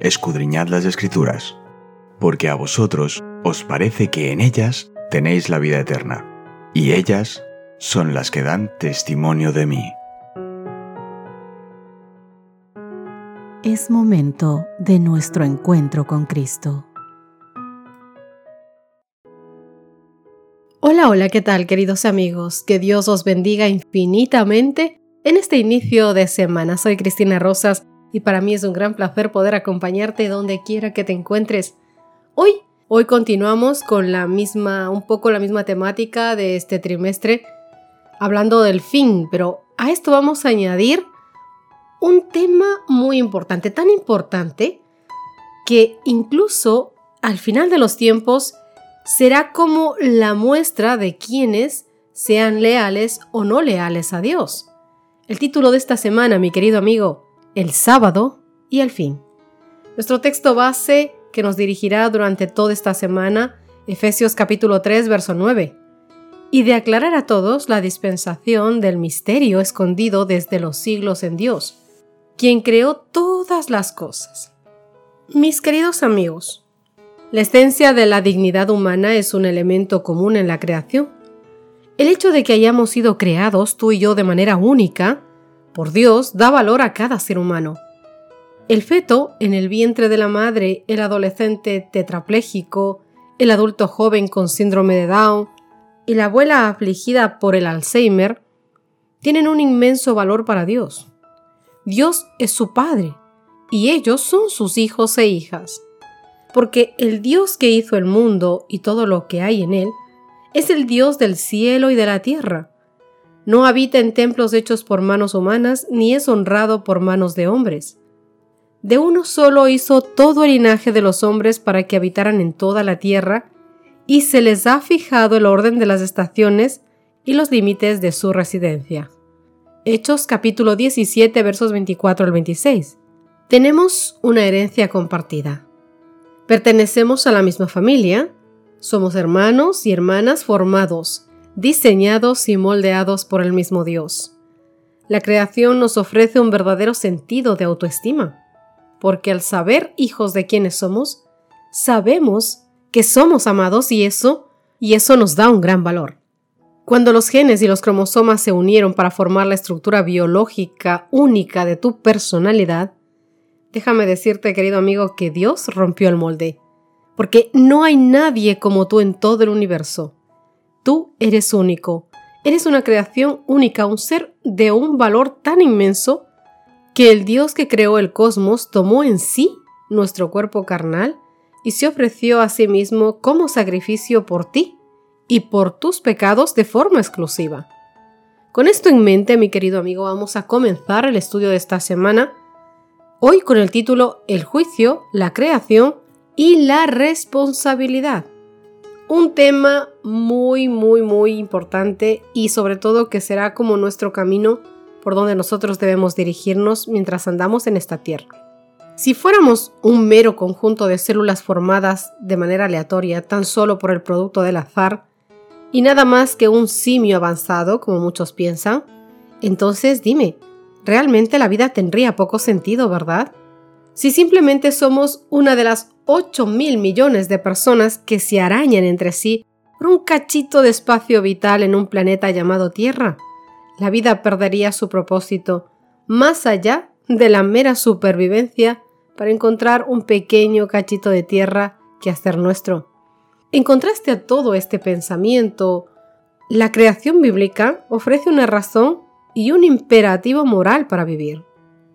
escudriñad las Escrituras, porque a vosotros os parece que en ellas tenéis la vida eterna, y ellas son las que dan testimonio de mí. Es momento de nuestro encuentro con Cristo. Hola, ¿qué tal, queridos amigos? Que Dios os bendiga infinitamente en este inicio de semana. Soy Cristina Rosas y para mí es un gran placer poder acompañarte donde quiera que te encuentres. Hoy continuamos con un poco la misma temática de este trimestre, hablando del fin, pero a esto vamos a añadir un tema muy importante, tan importante que incluso al final de los tiempos será como la muestra de quienes sean leales o no leales a Dios. El título de esta semana, mi querido amigo, el sábado y el fin. Nuestro texto base que nos dirigirá durante toda esta semana, Efesios capítulo 3, verso 9. Y de aclarar a todos la dispensación del misterio escondido desde los siglos en Dios, quien creó todas las cosas. Mis queridos amigos, la esencia de la dignidad humana es un elemento común en la creación. El hecho de que hayamos sido creados, tú y yo, de manera única, por Dios, da valor a cada ser humano. El feto en el vientre de la madre, el adolescente tetrapléjico, el adulto joven con síndrome de Down y la abuela afligida por el Alzheimer tienen un inmenso valor para Dios. Dios es su Padre y ellos son sus hijos e hijas. Porque el Dios que hizo el mundo y todo lo que hay en él es el Dios del cielo y de la tierra. No habita en templos hechos por manos humanas ni es honrado por manos de hombres. De uno solo hizo todo el linaje de los hombres para que habitaran en toda la tierra y se les ha fijado el orden de las estaciones y los límites de su residencia. Hechos capítulo 17 versos 24 al 26. Tenemos una herencia compartida. Pertenecemos a la misma familia, somos hermanos y hermanas formados, diseñados y moldeados por el mismo Dios. La creación nos ofrece un verdadero sentido de autoestima, porque al saber hijos de quienes somos, sabemos que somos amados y eso nos da un gran valor. Cuando los genes y los cromosomas se unieron para formar la estructura biológica única de tu personalidad, déjame decirte, querido amigo, que Dios rompió el molde, porque no hay nadie como tú en todo el universo. Tú eres único, eres una creación única, un ser de un valor tan inmenso que el Dios que creó el cosmos tomó en sí nuestro cuerpo carnal y se ofreció a sí mismo como sacrificio por ti y por tus pecados de forma exclusiva. Con esto en mente, mi querido amigo, vamos a comenzar el estudio de esta semana, hoy con el título El juicio, la creación y la responsabilidad. Un tema muy importante y sobre todo que será como nuestro camino por donde nosotros debemos dirigirnos mientras andamos en esta tierra. Si fuéramos un mero conjunto de células formadas de manera aleatoria tan solo por el producto del azar y nada más que un simio avanzado, como muchos piensan, entonces dime, realmente la vida tendría poco sentido, ¿verdad? Si simplemente somos una de las 8.000 millones de personas que se arañan entre sí por un cachito de espacio vital en un planeta llamado Tierra, la vida perdería su propósito más allá de la mera supervivencia para encontrar un pequeño cachito de tierra que hacer nuestro. En contraste a todo este pensamiento, la creación bíblica ofrece una razón y un imperativo moral para vivir.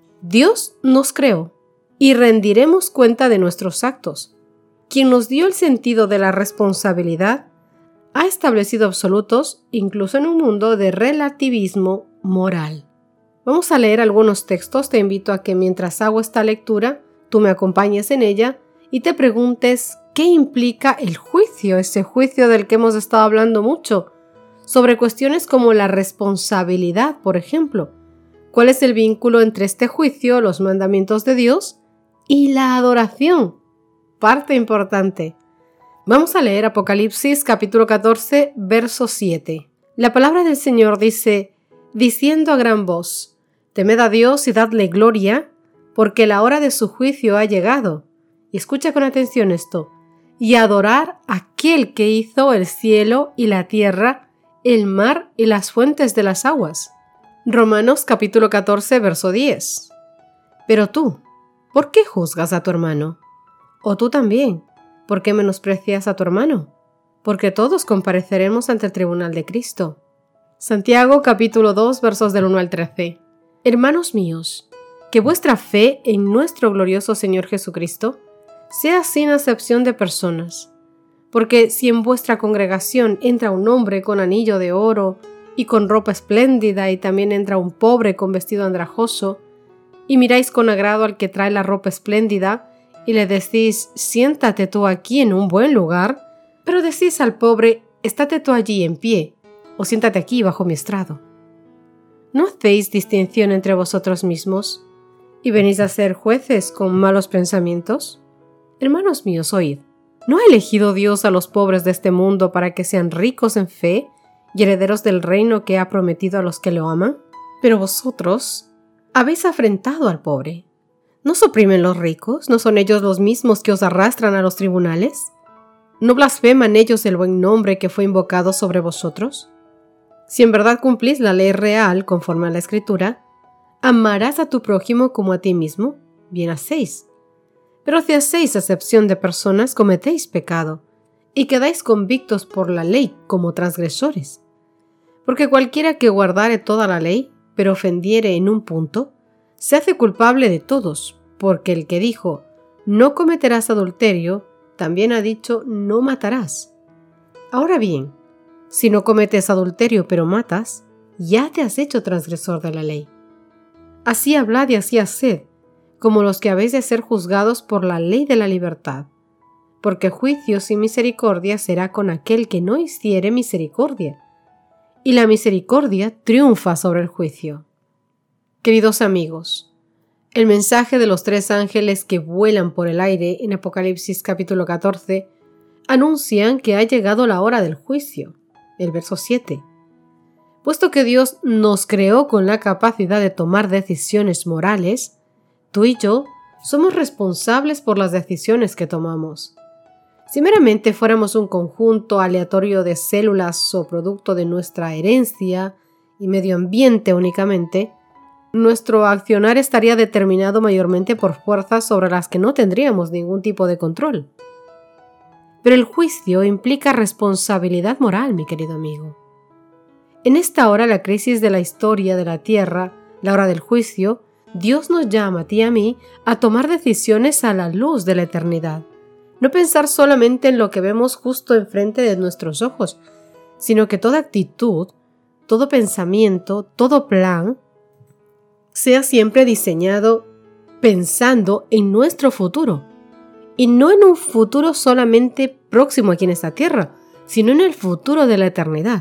Dios nos creó y rendiremos cuenta de nuestros actos. Quien nos dio el sentido de la responsabilidad ha establecido absolutos incluso en un mundo de relativismo moral. Vamos a leer algunos textos. Te invito a que mientras hago esta lectura, tú me acompañes en ella y te preguntes qué implica el juicio, ese juicio del que hemos estado hablando mucho, sobre cuestiones como la responsabilidad, por ejemplo. ¿Cuál es el vínculo entre este juicio, los mandamientos de Dios y la adoración? Parte importante. Vamos a leer Apocalipsis capítulo 14, verso 7. La palabra del Señor dice, diciendo a gran voz, temed a Dios y dadle gloria, porque la hora de su juicio ha llegado. Y escucha con atención esto. Y adorar a aquel que hizo el cielo y la tierra, el mar y las fuentes de las aguas. Romanos capítulo 14, verso 10. Pero tú, ¿por qué juzgas a tu hermano? O tú también, ¿por qué menosprecias a tu hermano? Porque todos compareceremos ante el tribunal de Cristo. Santiago capítulo 2, versos del 1 al 13. Hermanos míos, que vuestra fe en nuestro glorioso Señor Jesucristo sea sin acepción de personas. Porque si en vuestra congregación entra un hombre con anillo de oro y con ropa espléndida, y también entra un pobre con vestido andrajoso, y miráis con agrado al que trae la ropa espléndida, y le decís, siéntate tú aquí en un buen lugar, pero decís al pobre, estate tú allí en pie, o siéntate aquí bajo mi estrado. ¿No hacéis distinción entre vosotros mismos, y venís a ser jueces con malos pensamientos? Hermanos míos, oíd, ¿no ha elegido Dios a los pobres de este mundo para que sean ricos en fe y herederos del reino que ha prometido a los que lo aman? Pero vosotros habéis afrentado al pobre. ¿No os oprimen los ricos? ¿No son ellos los mismos que os arrastran a los tribunales? ¿No blasfeman ellos el buen nombre que fue invocado sobre vosotros? Si en verdad cumplís la ley real conforme a la Escritura, amarás a tu prójimo como a ti mismo, bien hacéis. Pero si hacéis acepción de personas, cometéis pecado, y quedáis convictos por la ley como transgresores. Porque cualquiera que guardare toda la ley, pero ofendiere en un punto, se hace culpable de todos, porque el que dijo, no cometerás adulterio, también ha dicho, no matarás. Ahora bien, si no cometes adulterio pero matas, ya te has hecho transgresor de la ley. Así hablad y así haced, como los que habéis de ser juzgados por la ley de la libertad. Porque juicio sin misericordia será con aquel que no hiciere misericordia, y la misericordia triunfa sobre el juicio. Queridos amigos, el mensaje de los 3 ángeles que vuelan por el aire en Apocalipsis capítulo 14 anuncian que ha llegado la hora del juicio, el verso 7. Puesto que Dios nos creó con la capacidad de tomar decisiones morales, tú y yo somos responsables por las decisiones que tomamos. Si meramente fuéramos un conjunto aleatorio de células o producto de nuestra herencia y medio ambiente únicamente, nuestro accionar estaría determinado mayormente por fuerzas sobre las que no tendríamos ningún tipo de control. Pero el juicio implica responsabilidad moral, mi querido amigo. En esta hora, la crisis de la historia de la Tierra, la hora del juicio, Dios nos llama a ti y a mí a tomar decisiones a la luz de la eternidad. No pensar solamente en lo que vemos justo enfrente de nuestros ojos, sino que toda actitud, todo pensamiento, todo plan, sea siempre diseñado pensando en nuestro futuro, y no en un futuro solamente próximo aquí en esta tierra, sino en el futuro de la eternidad.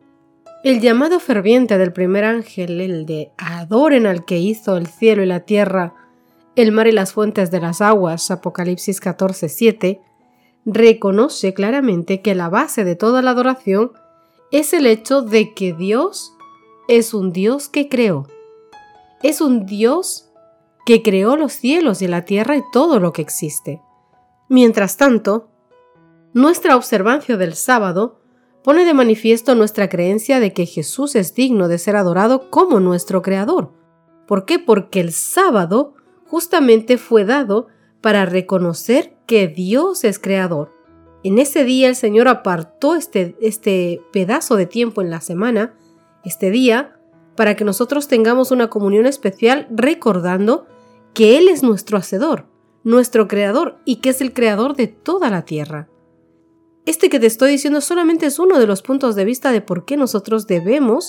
El llamado ferviente del primer ángel, el de adoren al que hizo el cielo y la tierra, el mar y las fuentes de las aguas, Apocalipsis 14:7, reconoce claramente que la base de toda la adoración es el hecho de que Dios es un Dios que creó. Es un Dios que creó los cielos y la tierra y todo lo que existe. Mientras tanto, nuestra observancia del sábado pone de manifiesto nuestra creencia de que Jesús es digno de ser adorado como nuestro Creador. ¿Por qué? Porque el sábado justamente fue dado para reconocer que Dios es Creador. En ese día el Señor apartó este pedazo de tiempo en la semana, este día, para que nosotros tengamos una comunión especial recordando que Él es nuestro Hacedor, nuestro Creador y que es el Creador de toda la tierra. Este que te estoy diciendo solamente es uno de los puntos de vista de por qué nosotros debemos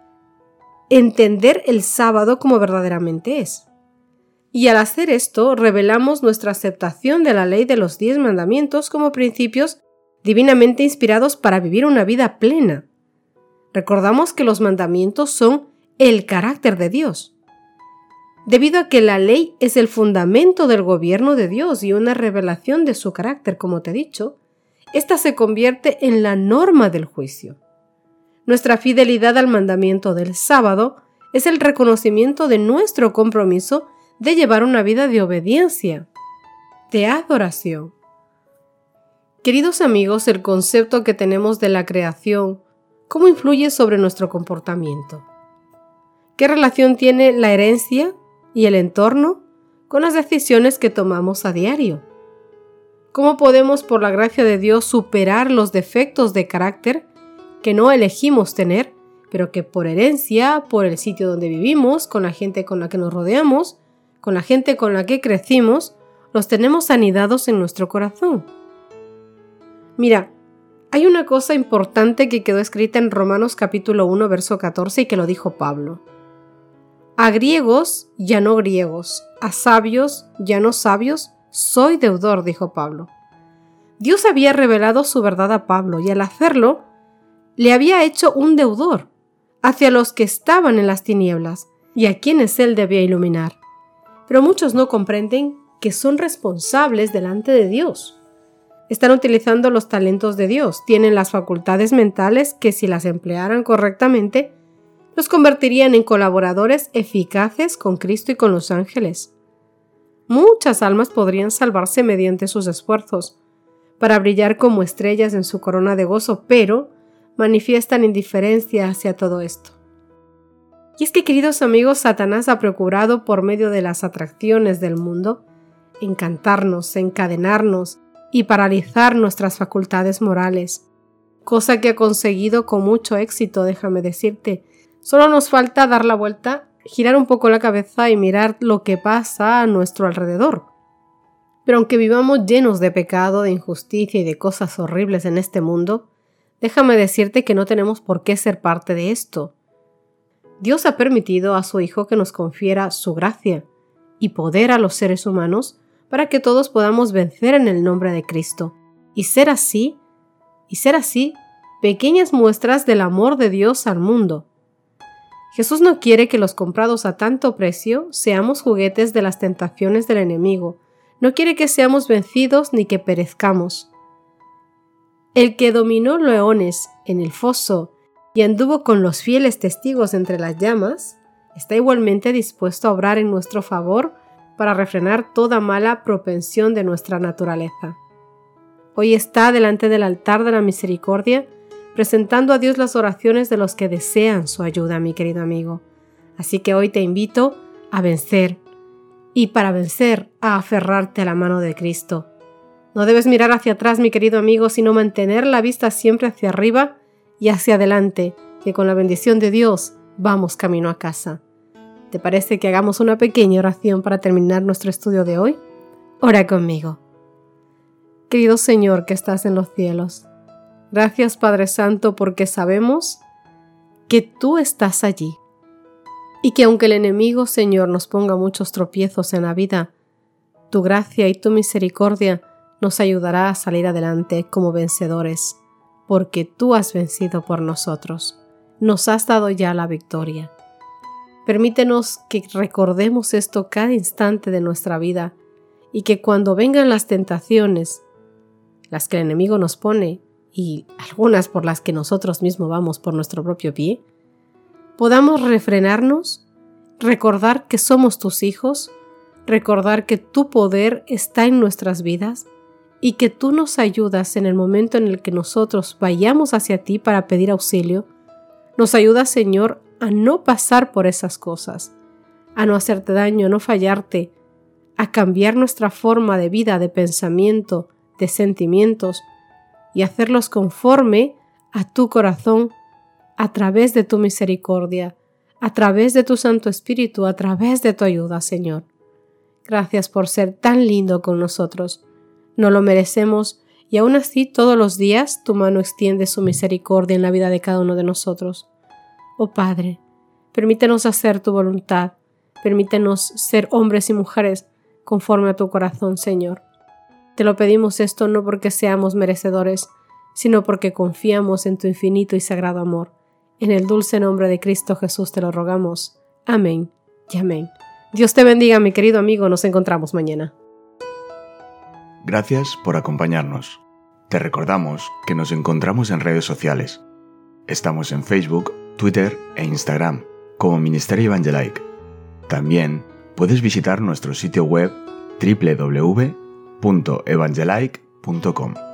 entender el sábado como verdaderamente es. Y al hacer esto, revelamos nuestra aceptación de la ley de los 10 mandamientos como principios divinamente inspirados para vivir una vida plena. Recordamos que los mandamientos son el carácter de Dios. Debido a que la ley es el fundamento del gobierno de Dios y una revelación de su carácter, como te he dicho, esta se convierte en la norma del juicio. Nuestra fidelidad al mandamiento del sábado es el reconocimiento de nuestro compromiso de llevar una vida de obediencia, de adoración. Queridos amigos, el concepto que tenemos de la creación, ¿cómo influye sobre nuestro comportamiento? ¿Qué relación tiene la herencia y el entorno con las decisiones que tomamos a diario? ¿Cómo podemos, por la gracia de Dios, superar los defectos de carácter que no elegimos tener, pero que por herencia, por el sitio donde vivimos, con la gente con la que nos rodeamos, con la gente con la que crecimos, los tenemos anidados en nuestro corazón? Mira, hay una cosa importante que quedó escrita en Romanos capítulo 1, verso 14 y que lo dijo Pablo. A griegos y a no griegos, a sabios y a no sabios, soy deudor, dijo Pablo. Dios había revelado su verdad a Pablo y al hacerlo, le había hecho un deudor hacia los que estaban en las tinieblas y a quienes él debía iluminar. Pero muchos no comprenden que son responsables delante de Dios. Están utilizando los talentos de Dios, tienen las facultades mentales que si las emplearan correctamente, los convertirían en colaboradores eficaces con Cristo y con los ángeles. Muchas almas podrían salvarse mediante sus esfuerzos, para brillar como estrellas en su corona de gozo, pero manifiestan indiferencia hacia todo esto. Y es que, queridos amigos, Satanás ha procurado, por medio de las atracciones del mundo, encantarnos, encadenarnos y paralizar nuestras facultades morales, cosa que ha conseguido con mucho éxito, déjame decirte. Solo nos falta dar la vuelta, girar un poco la cabeza y mirar lo que pasa a nuestro alrededor. Pero aunque vivamos llenos de pecado, de injusticia y de cosas horribles en este mundo, déjame decirte que no tenemos por qué ser parte de esto. Dios ha permitido a su Hijo que nos confiera su gracia y poder a los seres humanos para que todos podamos vencer en el nombre de Cristo y ser así, pequeñas muestras del amor de Dios al mundo. Jesús no quiere que los comprados a tanto precio seamos juguetes de las tentaciones del enemigo. No quiere que seamos vencidos ni que perezcamos. El que dominó leones en el foso y anduvo con los fieles testigos entre las llamas, está igualmente dispuesto a obrar en nuestro favor para refrenar toda mala propensión de nuestra naturaleza. Hoy está delante del altar de la misericordia, presentando a Dios las oraciones de los que desean su ayuda, mi querido amigo. Así que hoy te invito a vencer, y para vencer, a aferrarte a la mano de Cristo. No debes mirar hacia atrás, mi querido amigo, sino mantener la vista siempre hacia arriba y hacia adelante, que con la bendición de Dios vamos camino a casa. ¿Te parece que hagamos una pequeña oración para terminar nuestro estudio de hoy? Ora conmigo. Querido Señor que estás en los cielos, gracias Padre Santo porque sabemos que tú estás allí y que aunque el enemigo, Señor, nos ponga muchos tropiezos en la vida, tu gracia y tu misericordia nos ayudará a salir adelante como vencedores, porque tú has vencido por nosotros. Nos has dado ya la victoria. Permítenos que recordemos esto cada instante de nuestra vida y que cuando vengan las tentaciones, las que el enemigo nos pone y algunas por las que nosotros mismos vamos por nuestro propio pie, podamos refrenarnos, recordar que somos tus hijos, recordar que tu poder está en nuestras vidas y que tú nos ayudas en el momento en el que nosotros vayamos hacia ti para pedir auxilio. Nos ayuda, Señor, a no pasar por esas cosas, a no hacerte daño, a no fallarte, a cambiar nuestra forma de vida, de pensamiento, de sentimientos y hacerlos conforme a tu corazón a través de tu misericordia, a través de tu Santo Espíritu, a través de tu ayuda, Señor. Gracias por ser tan lindo con nosotros. No lo merecemos y aún así todos los días tu mano extiende su misericordia en la vida de cada uno de nosotros. Oh Padre, permítenos hacer tu voluntad, permítenos ser hombres y mujeres conforme a tu corazón, Señor. Te lo pedimos esto no porque seamos merecedores, sino porque confiamos en tu infinito y sagrado amor. En el dulce nombre de Cristo Jesús te lo rogamos. Amén y amén. Dios te bendiga, mi querido amigo. Nos encontramos mañana. Gracias por acompañarnos. Te recordamos que nos encontramos en redes sociales. Estamos en Facebook, Twitter e Instagram como Ministerio Evangelike. También puedes visitar nuestro sitio web www.evangelike.com.